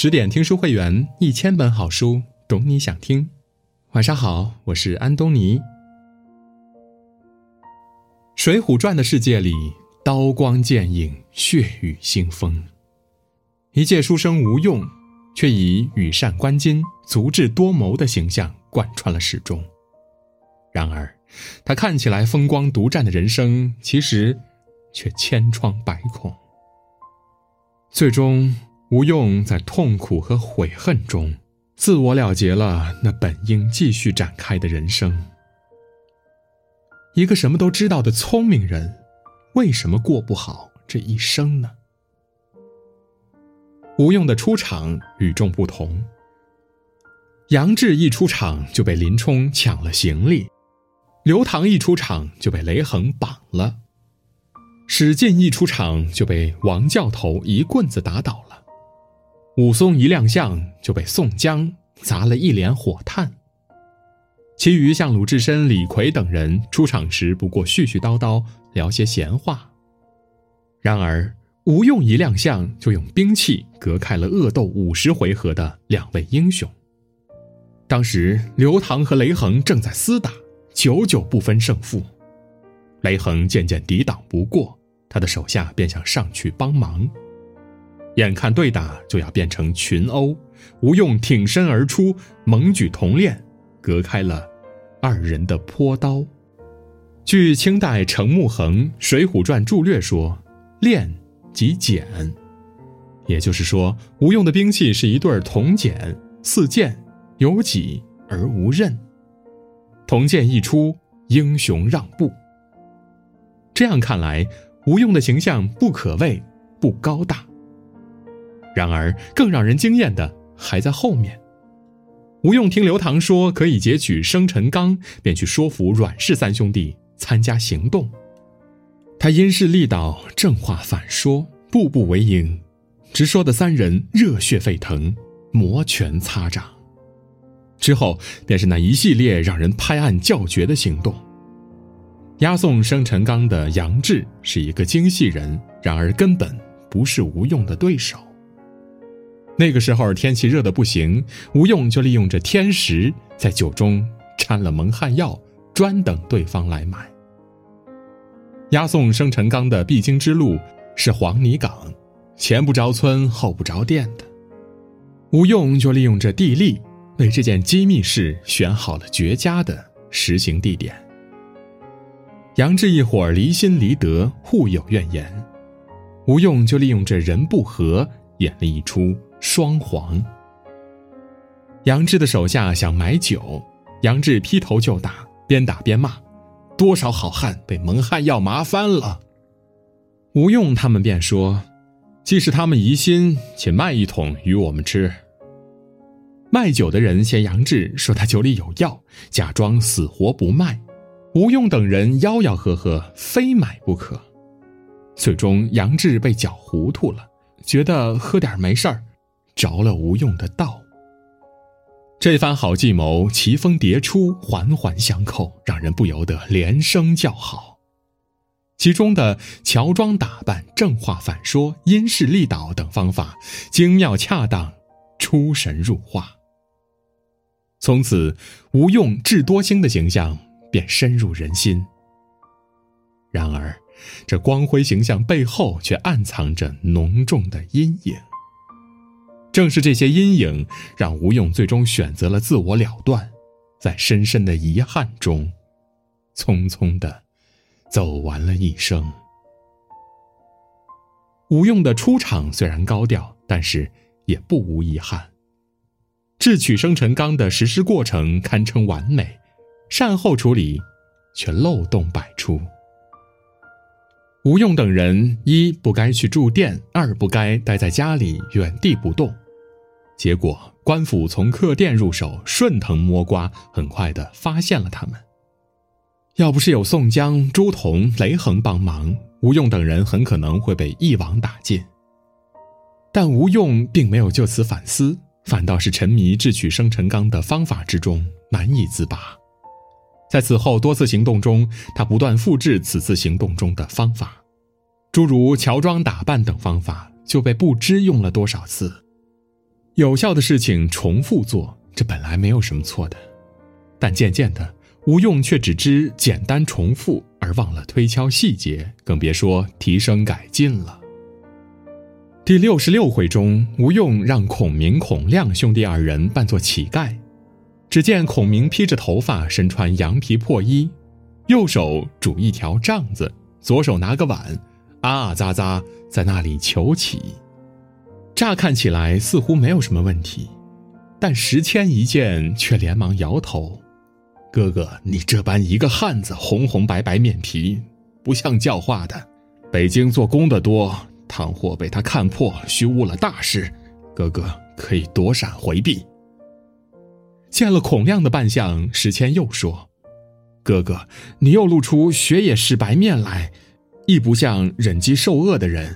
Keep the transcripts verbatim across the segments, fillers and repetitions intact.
十点听书会员，一千本好书，懂你想听。晚上好，我是安东尼。水浒传的世界里，刀光剑影，血雨腥风。一介书生吴用，却以羽扇纶巾、足智多谋的形象贯穿了始终。然而，他看起来风光独占的人生，其实却千疮百孔。最终，吴用在痛苦和悔恨中，自我了结了那本应继续展开的人生。一个什么都知道的聪明人，为什么过不好这一生呢？吴用的出场与众不同。杨志一出场就被林冲抢了行李，刘唐一出场就被雷横绑了，史进一出场就被王教头一棍子打倒了，武松一亮相就被宋江砸了一脸火炭。其余像鲁智深、李逵等人出场时不过絮絮叨叨聊些闲话。然而吴用一亮相就用兵器隔开了恶斗五十回合的两位英雄。当时刘唐和雷横正在厮打，久久不分胜负。雷横渐渐抵挡不过，他的手下便想上去帮忙。眼看对打就要变成群殴，吴用挺身而出，猛举铜链，隔开了二人的泼刀。据清代程木衡《水浒传注略》说，链即锏，也就是说，吴用的兵器是一对铜锏，似剑，有戟而无刃。铜剑一出，英雄让步。这样看来，吴用的形象不可谓不高大。然而更让人惊艳的还在后面。吴用听刘唐说可以劫取生辰纲，便去说服阮氏三兄弟参加行动。他因势利导，正话反说，步步为营，直说的三人热血沸腾，摩拳擦掌。之后便是那一系列让人拍案叫绝的行动。押送生辰纲的杨志是一个精细人，然而根本不是吴用的对手。那个时候天气热得不行，吴用就利用着天时，在酒中掺了蒙汗药，专等对方来买。押送生辰纲的必经之路是黄泥岗，前不着村后不着店的。吴用就利用着地利，为这件机密事选好了绝佳的实行地点。杨志一伙离心离德，互有怨言，吴用就利用着人不和，演了一出双簧。杨志的手下想买酒，杨志劈头就打，边打边骂，多少好汉被蒙汗药麻翻了。吴用他们便说，既是他们疑心，且卖一桶与我们吃。卖酒的人嫌杨志说他酒里有药，假装死活不卖。吴用等人吆吆喝喝，非买不可。最终杨志被搅糊涂了，觉得喝点没事儿，着了吴用的道。这番好计谋奇峰迭出，环环相扣，让人不由得连声叫好。其中的乔装打扮、正话反说、因势利导等方法精妙恰当，出神入化。从此吴用智多星的形象便深入人心。然而这光辉形象背后却暗藏着浓重的阴影。正是这些阴影，让吴用最终选择了自我了断，在深深的遗憾中，匆匆地走完了一生。吴用的出场虽然高调，但是也不无遗憾。智取生辰纲的实施过程堪称完美，善后处理却漏洞百出。吴用等人一不该去住店，二不该待在家里原地不动。结果官府从客店入手，顺藤摸瓜，很快地发现了他们。要不是有宋江、朱仝、雷横帮忙，吴用等人很可能会被一网打尽。但吴用并没有就此反思，反倒是沉迷智取生辰纲的方法之中，难以自拔。在此后多次行动中，他不断复制此次行动中的方法，诸如乔装打扮等方法就被不知用了多少次。 有效的事情重复做，这本来没有什么错的，但渐渐的，吴用却只知简单重复，而忘了推敲细节，更别说提升改进了。第六十六回中，吴用让孔明、孔亮兄弟二人扮作乞丐。只见孔明披着头发，身穿羊皮破衣，右手拄一条杖子，左手拿个碗，啊啊喳喳在那里求乞。乍看起来似乎没有什么问题，但时迁一见却连忙摇头：哥哥，你这般一个汉子，红红白白面皮，不像教化的。北京做工的多，倘或被他看破，虚误了大事，哥哥可以躲闪回避。见了孔亮的扮相，时迁又说：哥哥，你又露出雪野石白面来，亦不像忍饥受饿的人。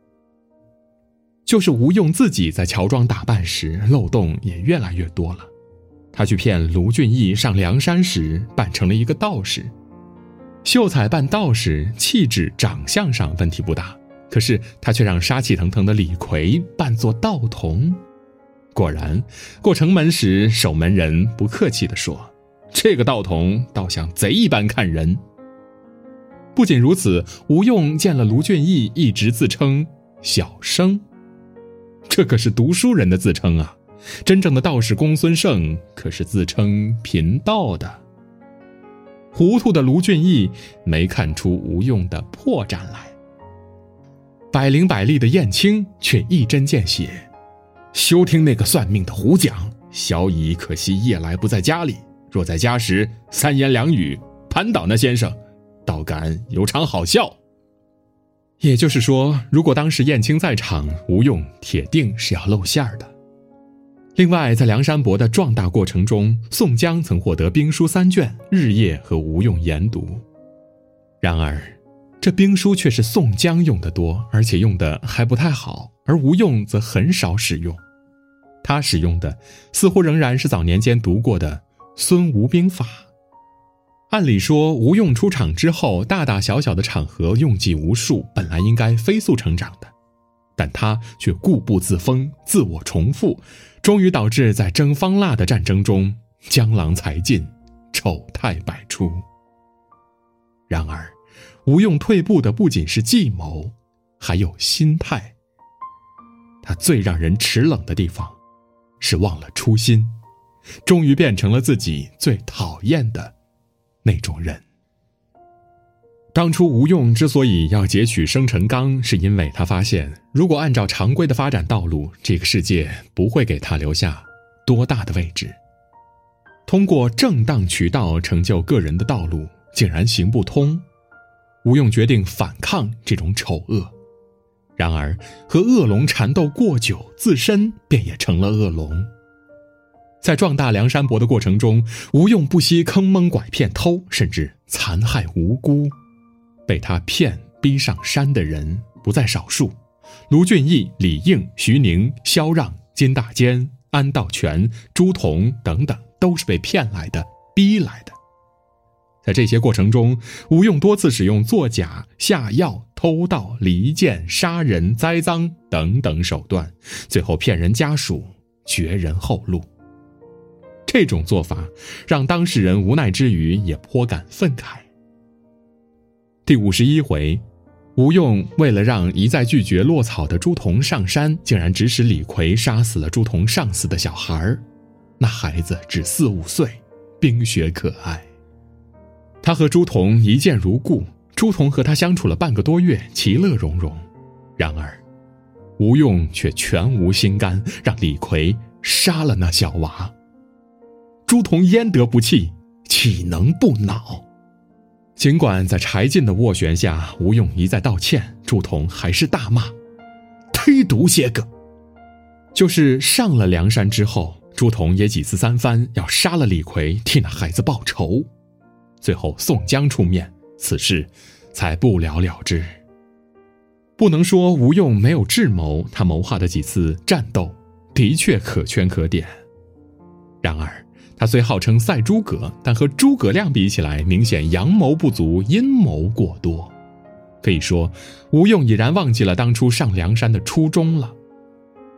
就是吴用自己在乔装打扮时，漏洞也越来越多了。他去骗卢俊义上梁山时，扮成了一个道士。秀才扮道士，气质长相上问题不大，可是他却让杀气腾腾的李逵扮作道童。果然，过城门时，守门人不客气地说：这个道童倒像贼一般看人。不仅如此，吴用见了卢俊义，一直自称小生，这可是读书人的自称啊！真正的道士公孙胜可是自称贫道的。糊涂的卢俊义没看出吴用的破绽来，百灵百力的燕青却一针见血：休听那个算命的胡讲，小乙可惜夜来不在家里，若在家时，三言两语扳倒那先生，倒敢有场好笑。也就是说，如果当时燕青在场，吴用铁定是要露馅的。另外，在梁山伯的壮大过程中，宋江曾获得兵书三卷，日夜和吴用研读。然而，这兵书却是宋江用得多，而且用得还不太好，而吴用则很少使用。他使用的似乎仍然是早年间读过的孙吴兵法。按理说，吴用出场之后，大大小小的场合用计无数，本来应该飞速成长的，但他却固步自封，自我重复，终于导致在争方腊的战争中江郎才尽，丑态百出。然而，吴用退步的不仅是计谋，还有心态。他最让人齿冷的地方是忘了初心，终于变成了自己最讨厌的那种人。当初吴用之所以要截取生辰纲，是因为他发现，如果按照常规的发展道路，这个世界不会给他留下多大的位置。通过正当渠道成就个人的道路竟然行不通，吴用决定反抗这种丑恶。然而和恶龙缠斗过久，自身便也成了恶龙。在壮大梁山伯的过程中，吴用不惜坑蒙拐骗偷，甚至残害无辜。被他骗逼上山的人不在少数，卢俊义、李应、徐宁、萧让、金大坚、安道全、朱仝等等，都是被骗来的，逼来的。在这些过程中，吴用多次使用作假、下药、偷盗、离间、杀人、栽赃等等手段，最后骗人家属，绝人后路。这种做法让当事人无奈之余也颇感愤慨。第五十一回，吴用为了让一再拒绝落草的朱仝上山，竟然指使李逵杀死了朱仝上司的小孩。那孩子只四五岁，冰雪可爱。他和朱仝一见如故，朱仝和他相处了半个多月，其乐融融。然而吴用却全无心肝，让李逵杀了那小娃。朱仝焉得不气，岂能不恼？尽管在柴进的斡旋下，吴用一再道歉，朱仝还是大骂：忒毒些个！就是上了梁山之后，朱仝也几次三番要杀了李逵，替那孩子报仇。最后宋江出面，此事才不了了之。不能说吴用没有智谋，他谋划的几次战斗的确可圈可点。然而他虽号称赛诸葛，但和诸葛亮比起来，明显阳谋不足，阴谋过多。可以说，吴用已然忘记了当初上梁山的初衷了。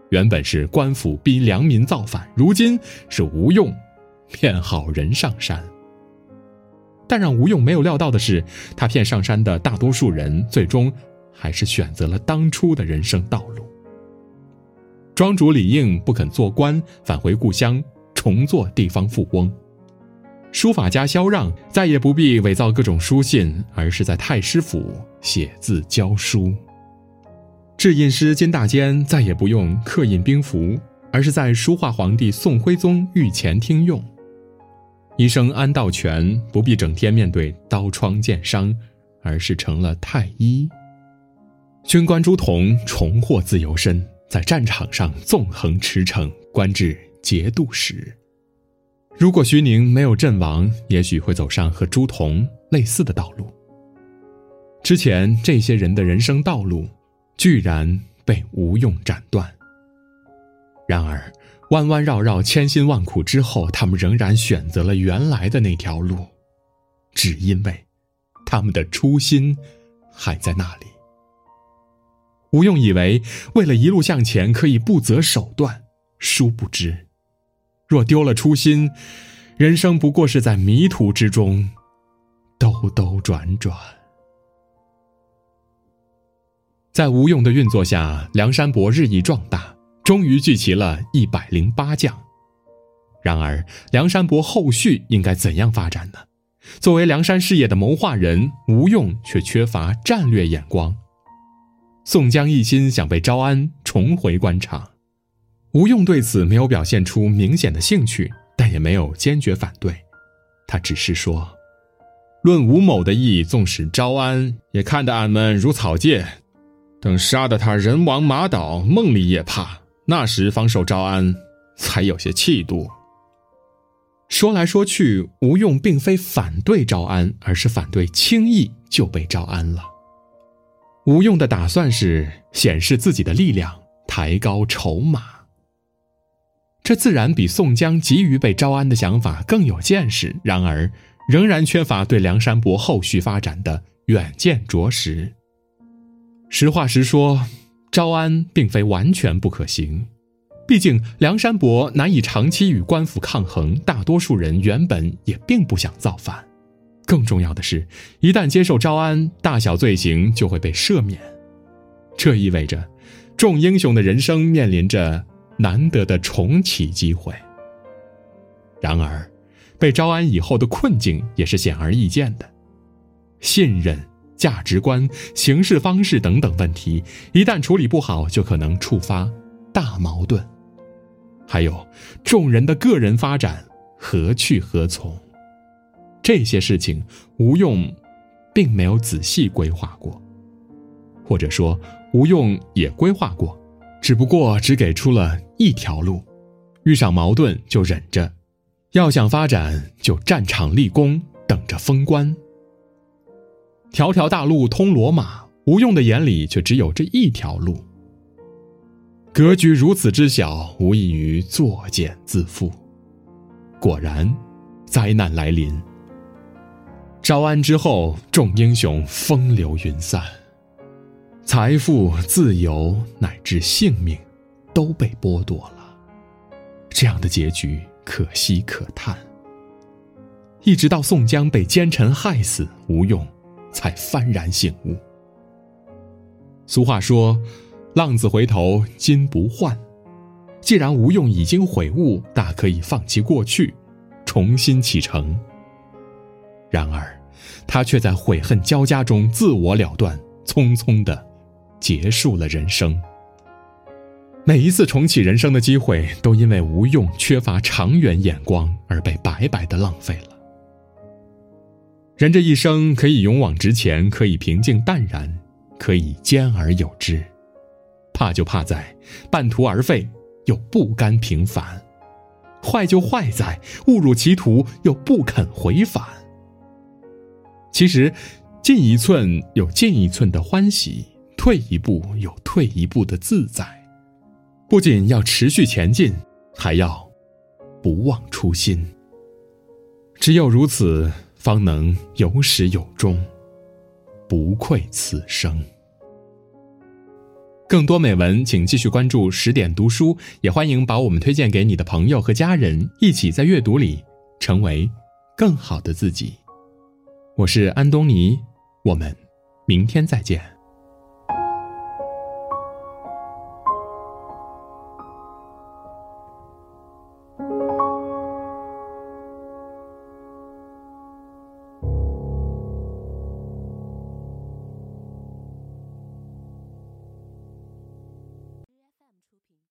原本是官府逼良民造反，如今是吴用骗好人上山。但让吴用没有料到的是，他骗上山的大多数人最终还是选择了当初的人生道路。庄主李应不肯做官，返回故乡重做地方富翁。书法家萧让再也不必伪造各种书信，而是在太师府写字教书。制印师金大坚再也不用刻印兵符，而是在书画皇帝宋徽宗御前听用。医生安道全不必整天面对刀疮剑伤，而是成了太医。军官朱仝重获自由身，在战场上纵横驰骋，官至节度使。如果徐宁没有阵亡，也许会走上和朱仝类似的道路。之前这些人的人生道路居然被吴用斩断。然而弯弯绕绕千辛万苦之后，他们仍然选择了原来的那条路，只因为他们的初心还在那里。吴用以为为了一路向前可以不择手段，殊不知若丢了初心，人生不过是在迷途之中兜兜转转。在吴用的运作下，梁山伯日益壮大，终于聚齐了一百零八将。然而梁山伯后续应该怎样发展呢？作为梁山事业的谋划人，吴用却缺乏战略眼光。宋江一心想被招安重回官场，吴用对此没有表现出明显的兴趣，但也没有坚决反对。他只是说，论吴某的意，纵使招安，也看得俺们如草芥，等杀得他人亡马倒，梦里也怕，那时方受招安，才有些气度。说来说去，吴用并非反对招安，而是反对轻易就被招安了。吴用的打算是显示自己的力量，抬高筹码。这自然比宋江急于被招安的想法更有见识，然而仍然缺乏对梁山伯后续发展的远见着实。实话实说，招安并非完全不可行，毕竟梁山伯难以长期与官府抗衡，大多数人原本也并不想造反。更重要的是，一旦接受招安，大小罪行就会被赦免。这意味着众英雄的人生面临着难得的重启机会。然而被招安以后的困境也是显而易见的，信任、价值观、行事方式等等问题，一旦处理不好，就可能触发大矛盾。还有众人的个人发展何去何从，这些事情吴用并没有仔细规划过，或者说吴用也规划过，只不过只给出了一条路，遇上矛盾就忍着，要想发展就战场立功，等着封官。条条大路通罗马，吴用的眼里却只有这一条路。格局如此之小，无异于作茧自缚。果然灾难来临。招安之后，众英雄风流云散，财富、自由乃至性命都被剥夺了。这样的结局可惜可叹。一直到宋江被奸臣害死，吴用才幡然醒悟。俗话说，浪子回头金不换。既然吴用已经悔悟，大可以放弃过去，重新启程。然而他却在悔恨交加中自我了断，匆匆地结束了人生。每一次重启人生的机会，都因为吴用缺乏长远眼光而被白白地浪费了。人这一生可以勇往直前，可以平静淡然，可以兼而有之，怕就怕在半途而废又不甘平凡，坏就坏在误入歧途又不肯回返。其实进一寸有进一寸的欢喜，退一步有退一步的自在。不仅要持续前进，还要不忘初心。只有如此，方能有始有终，不愧此生。 更多美文请继续关注十点读书，也欢迎把我们推荐给你的朋友和家人，一起在阅读里成为更好的自己。我是安东尼，我们明天再见。